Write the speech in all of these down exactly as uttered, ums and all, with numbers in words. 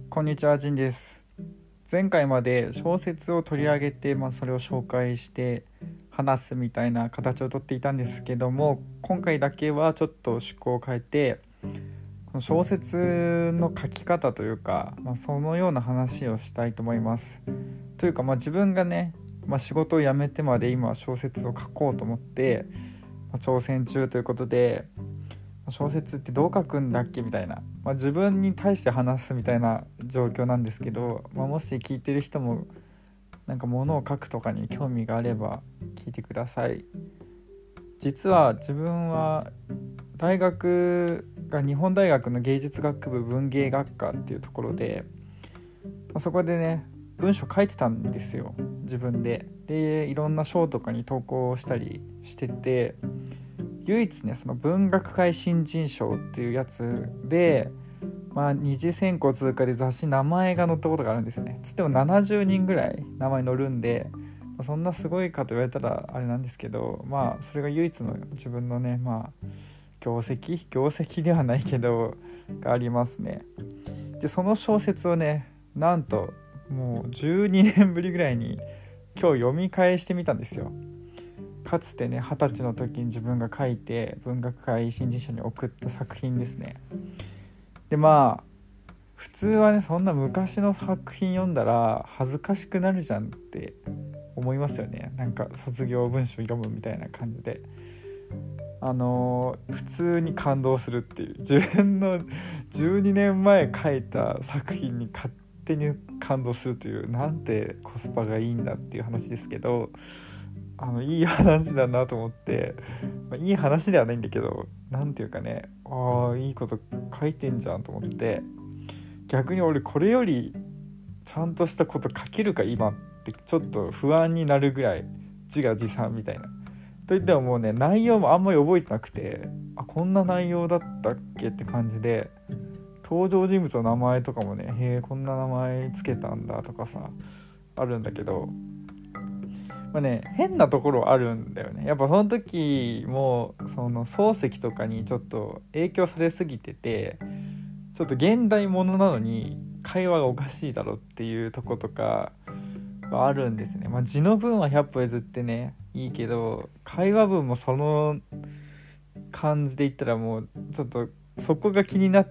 こんにちは、ジンです。前回まで小説を取り上げて、まあ、それを紹介して話すみたいな形をとっていたんですけども、今回だけはちょっと趣向を変えて、この小説の書き方というか、まあ、そのような話をしたいと思います。というか、まあ、自分がね、まあ、仕事を辞めてまで今小説を書こうと思って、まあ、挑戦中ということで、小説ってどう書くんだっけみたいな、まあ、自分に対して話すみたいな状況なんですけど、まあ、もし聞いてる人もなんか物を書くとかに興味があれば聞いてください。実は自分は大学が日本大学の芸術学部文芸学科っていうところで、まあ、そこでね文章書いてたんですよ、自分で。でいろんな賞とかに投稿したりしてて、唯一ねその文学界新人賞っていうやつで、まあ、二次選考通過で雑誌名前が載ったことがあるんですよね。つってもななじゅうにんぐらい名前載るんで、まあ、そんなすごいかと言われたらあれなんですけど、まあそれが唯一の自分のねまあ業績業績ではないけどがありますね。でその小説をねなんともうじゅうにねんぶりぐらいに今日読み返してみたんですよ。かつてねはたちの時に自分が書いて文学界新人賞に送った作品ですね。でまあ普通はねそんな昔の作品読んだら恥ずかしくなるじゃんって思いますよね。なんか卒業文章読むみたいな感じで、あのー、普通に感動するっていう、自分のじゅうにねんまえ書いた作品に勝手に感動するという、なんてコスパがいいんだっていう話ですけど、あのいい話だなと思って、まあ、いい話ではないんだけど、なんていうかね、ああいいこと書いてんじゃんと思って、逆に俺これよりちゃんとしたこと書けるか今ってちょっと不安になるぐらい自画自賛みたいな。といってももうね内容もあんまり覚えてなくて、あこんな内容だったっけって感じで、登場人物の名前とかもね、へえこんな名前つけたんだとかさあるんだけど、まあね、変なところあるんだよね。やっぱその時もその漱石とかにちょっと影響されすぎてて、ちょっと現代ものなのに会話がおかしいだろっていうとことかはあるんですね。まあ字の文はひゃっぽ譲ってねいいけど、会話文もその感じで言ったらもうちょっとそこが気になって、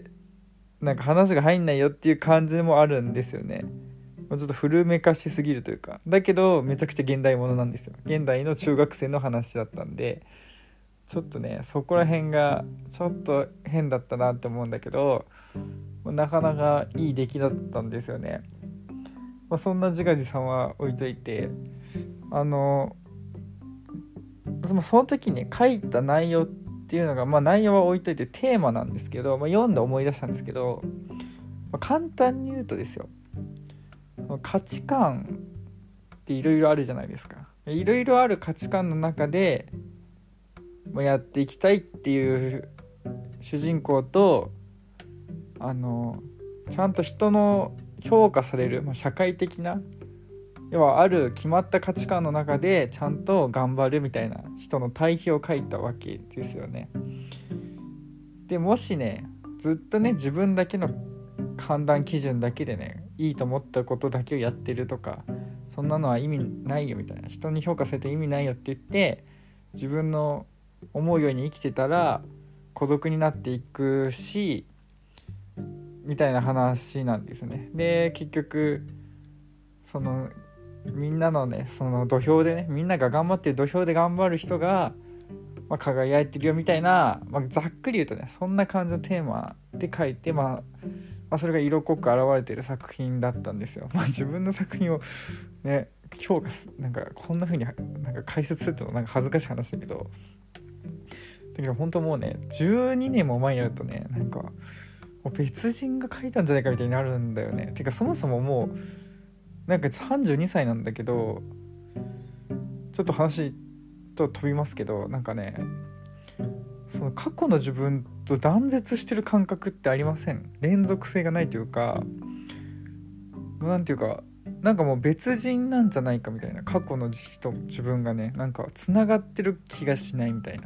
なんか話が入んないよっていう感じもあるんですよね。ちょっと古めかしすぎるというか、だけどめちゃくちゃ現代ものなんですよ。現代の中学生の話だったんで、ちょっとねそこら辺がちょっと変だったなって思うんだけど、なかなかいい出来だったんですよね。まあ、そんな自画自賛は置いといて、あのそのその時に書いた内容っていうのが、まあ内容は置いといてテーマなんですけど、まあ、読んで思い出したんですけど、まあ、簡単に言うとですよ、価値観っていろいろあるじゃないですか。いろいろある価値観の中でやっていきたいっていう主人公と、あのちゃんと人の評価される、まあ、社会的な、要はある決まった価値観の中でちゃんと頑張るみたいな人の対比を書いたわけですよね。でもしねずっとね自分だけの判断基準だけでねいいと思ったことだけをやってるとか、そんなのは意味ないよみたいな、人に評価されて意味ないよって言って自分の思うように生きてたら孤独になっていくしみたいな話なんですね。で結局そのみんなのねその土俵でね、みんなが頑張ってる土俵で頑張る人が、まあ、輝いてるよみたいな、まあ、ざっくり言うとねそんな感じのテーマで書いて、まあまあ、それが色濃く現れてる作品だったんですよ。まあ、自分の作品をね評価すなんかこんな風になんか解説するってのなんか恥ずかしい話だけど、だけど本当もうねじゅうにねんも前になるとねなんかもう別人が書いたんじゃないかみたいになるんだよね。てかそもそももうなんかさんじゅうにさいなんだけど、ちょっと話と飛びますけど、なんかねその過去の自分と断絶してる感覚ってありません？連続性がないというか、なんていうかなんかもう別人なんじゃないかみたいな、過去の人自分がねなんかつながってる気がしないみたいな。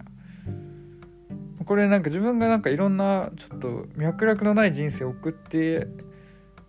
これなんか自分がなんかいろんなちょっと脈絡のない人生を送って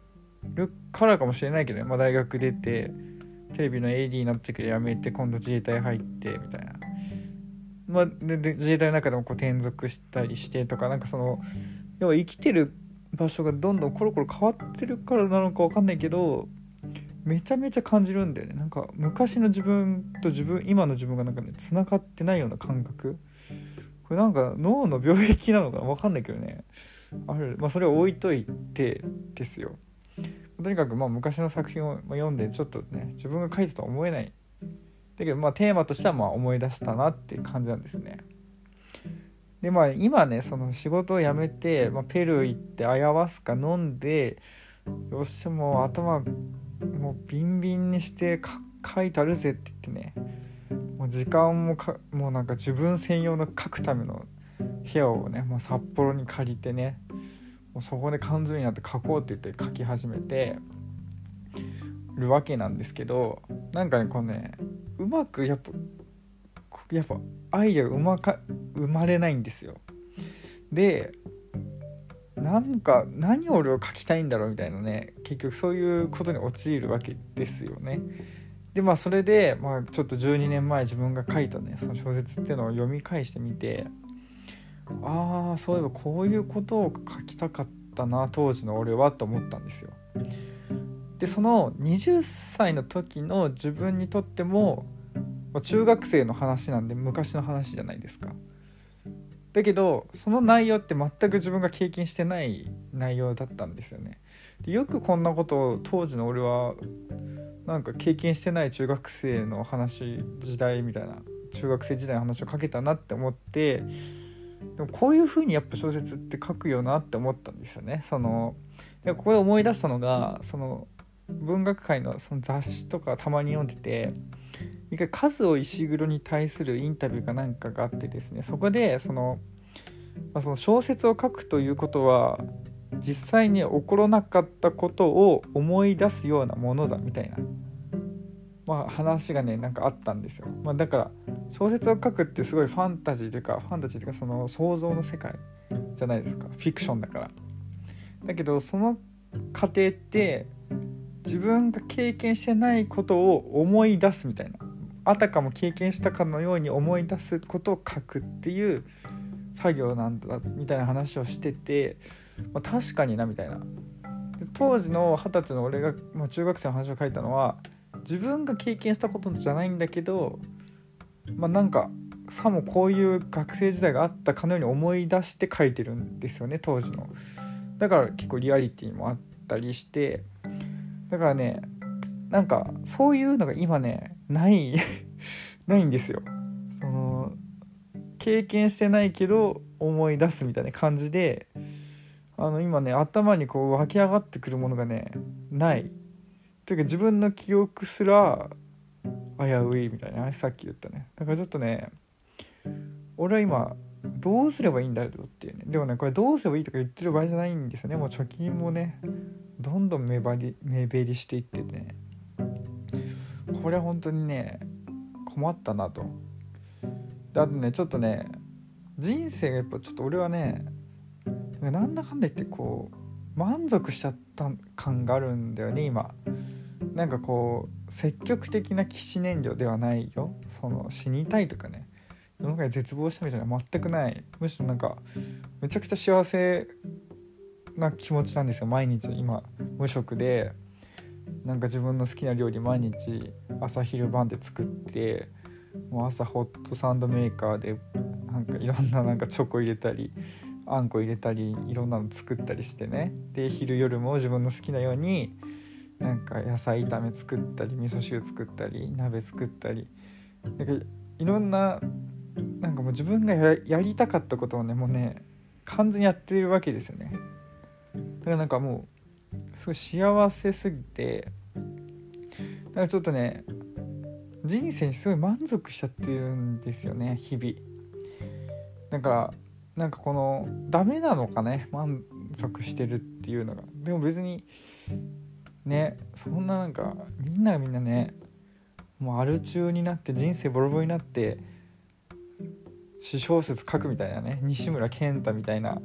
るからかもしれないけどね、まあ、大学出てテレビの エーディー になってくれ辞めて今度自衛隊入ってみたいな、まあ、でで自衛隊の中でもこう転属したりしてとか、なんかその要は生きてる場所がどんどんコロコロ変わってるからなのか分かんないけど、めちゃめちゃ感じるんだよね。なんか昔の自分と自分今の自分がなんかね繋がってないような感覚、これなんか脳の病気なのか分かんないけどね、ある。まあそれを置いといてですよ。とにかくまあ昔の作品を読んでちょっとね自分が書いたとは思えない。だけどまあテーマとしてはまあ思い出したなっていう感じなんですね。でまあ今ねその仕事を辞めて、まあ、ペルー行ってアヤワスカ飲んで、よっしゃもう頭もうビンビンにして書いてあるぜって言ってね、もう時間もかもうなんか自分専用の書くための部屋をねもう札幌に借りてね、もうそこで缶詰になって書こうって言って書き始めてるわけなんですけど、なんかねこのねうまくやっぱやっぱアイデアがうまか生まれないんですよ。でなんか何を俺を書きたいんだろうみたいなね、結局そういうことに陥るわけですよね。でまあそれで、まあ、ちょっとじゅうにねんまえ自分が書いたねその小説っていうのを読み返してみて、ああそういえばこういうことを書きたかったな当時の俺はと思ったんですよ。でそのはたちの時の自分にとっても中学生の話なんで昔の話じゃないですか。だけどその内容って全く自分が経験してない内容だったんですよね。でよくこんなことを当時の俺はなんか経験してない中学生の話時代みたいな中学生時代の話を書けたなって思って、でもこういう風にやっぱ小説って書くよなって思ったんですよね。そのでここで思い出したのがその文学界のその雑誌とかたまに読んでて、一回数尾石黒に対するインタビューかなんかがあってですね、そこでその、まあ、その小説を書くということは実際に起こらなかったことを思い出すようなものだみたいな、まあ、話がねなんかあったんですよ。まあ、だから小説を書くってすごいファンタジーというかファンタジーというかその想像の世界じゃないですか、フィクションだから。だけどその過程って自分が経験してないことを思い出すみたいな、あたかも経験したかのように思い出すことを書くっていう作業なんだみたいな話をしてて、まあ、確かになみたいな。当時のはたちの俺が、まあ、中学生の話を書いたのは自分が経験したことじゃないんだけど、まあなんかさもこういう学生時代があったかのように思い出して書いてるんですよね当時の。だから結構リアリティもあったりして、だからねなんかそういうのが今ねないないんですよ。その経験してないけど思い出すみたいな感じで、あの今ね頭にこう湧き上がってくるものがねないというか、自分の記憶すら危ういみたいな、さっき言ったね。だからちょっとね俺は今どうすればいいんだろうっていうね。でもねこれどうすればいいとか言ってる場合じゃないんですよね。もう貯金もねどんどん目張り目減りしていってね、これは本当にね困ったなと。であとねちょっとね人生がやっぱちょっと俺はねなんだかんだ言ってこう満足しちゃった感があるんだよね今。なんかこう積極的な起死燃料ではないよ。その死にたいとかね世の中に絶望したみたいな全くない。むしろなんかめちゃくちゃ幸せな気持ちなんですよ毎日。今無職でなんか自分の好きな料理毎日朝昼晩で作って、もう朝ホットサンドメーカーでなんかいろんななんかチョコ入れたりあんこ入れたりいろんなの作ったりしてね、で昼夜も自分の好きなようになんか野菜炒め作ったり味噌汁作ったり鍋作ったりなんかいろんななんかもう自分が や, やりたかったことをねもうね完全にやっているわけですよね。だからなんかもうすごい幸せすぎて、だからちょっとね人生にすごい満足しちゃってるんですよね日々。だからなんかこのダメなのかね満足してるっていうのが。でも別にねそんななんかみんながみんなねもうアル中になって人生ボロボロになって詩小説書くみたいなね、西村健太みたいな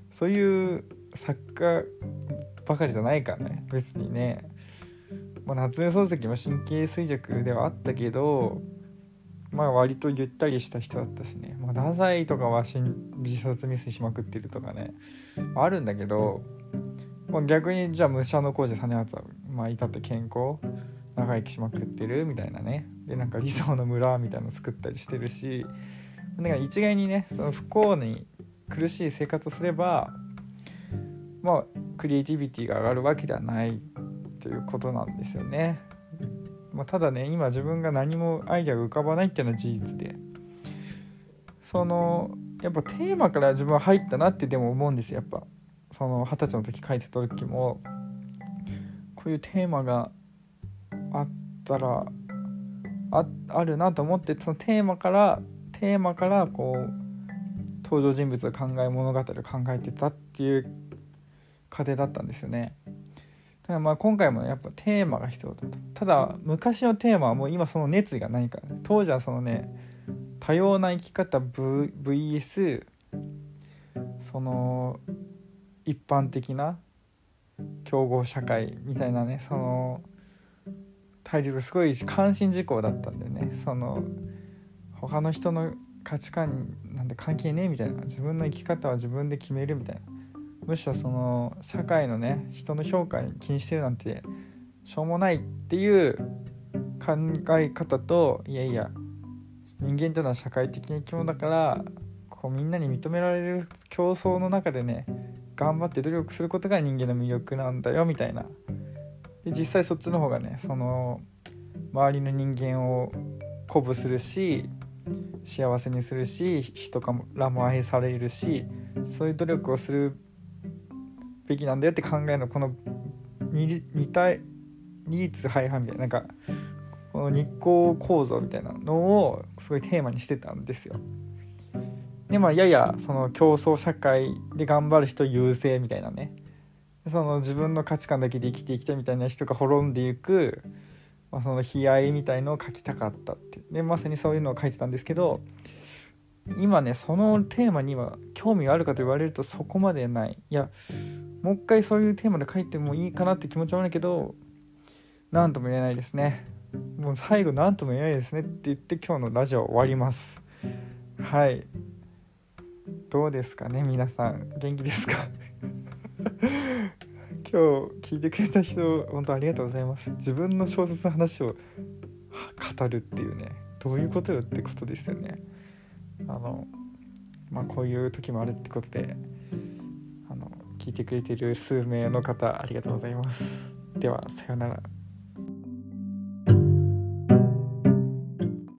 そういう作家ばかりじゃないからね別にね。まあ、夏目漱石も神経衰弱ではあったけど、まあ割とゆったりした人だったしね、まあ、太宰とかは自殺未遂しまくってるとかねあるんだけど、まあ、逆にじゃあ武者小路実篤はまあ至って健康長生きしまくってるみたいなね。でなんか理想の村みたいなの作ったりしてるし、だから一概にねその不幸に苦しい生活をすればまあクリエイティビティが上がるわけではないということなんですよね。まあ、ただね今自分が何もアイデアが浮かばないっていうのは事実で、そのやっぱテーマから自分は入ったなってでも思うんですよ。やっぱその二十歳の時書いてた時もこういうテーマがあったら あ, あるなと思って、そのテーマからテーマからこう登場人物を考え物語を考えてたっていう過程だったんですよね。だからまあ今回も、ね、やっぱテーマが必要だと。ただ昔のテーマはもう今その熱意がないから、ね、当時はそのね多様な生き方 ブイエス その一般的な競合社会みたいなね、その対立がすごい関心事項だったんだよね。その他の人の価値観なんて関係ねえみたいな、自分の生き方は自分で決めるみたいな、むしろその社会のね人の評価に気にしてるなんてしょうもないっていう考え方と、いやいや人間というのは社会的な生き物だからこうみんなに認められる競争の中でね頑張って努力することが人間の魅力なんだよみたいな。で実際そっちの方がねその周りの人間を鼓舞するし幸せにするし人からも愛されるし、そういう努力をするべきなんだよって考えのこの二体二律背反みたいな、なんかこの日光構造みたいなのをすごいテーマにしてたんですよ。でまあややその競争社会で頑張る人優勢みたいなね、その自分の価値観だけで生きていきたいみたいな人が滅んでいく、まあ、その悲哀みたいのを書きたかったって。でまさにそういうのを書いてたんですけど、今ねそのテーマには興味があるかと言われるとそこまでない。いやもう一回そういうテーマで書いてもいいかなって気持ちはあるけど、なんとも言えないですね。もう最後なんとも言えないですねって言って今日のラジオ終わります。はい、どうですかね皆さん、元気ですか今日聞いてくれた人本当ありがとうございます。自分の小説の話を語るっていうね、どういうことよってことですよね。あのまあこういう時もあるってことで、あの聞いてくれている数名の方ありがとうございます。ではさようなら。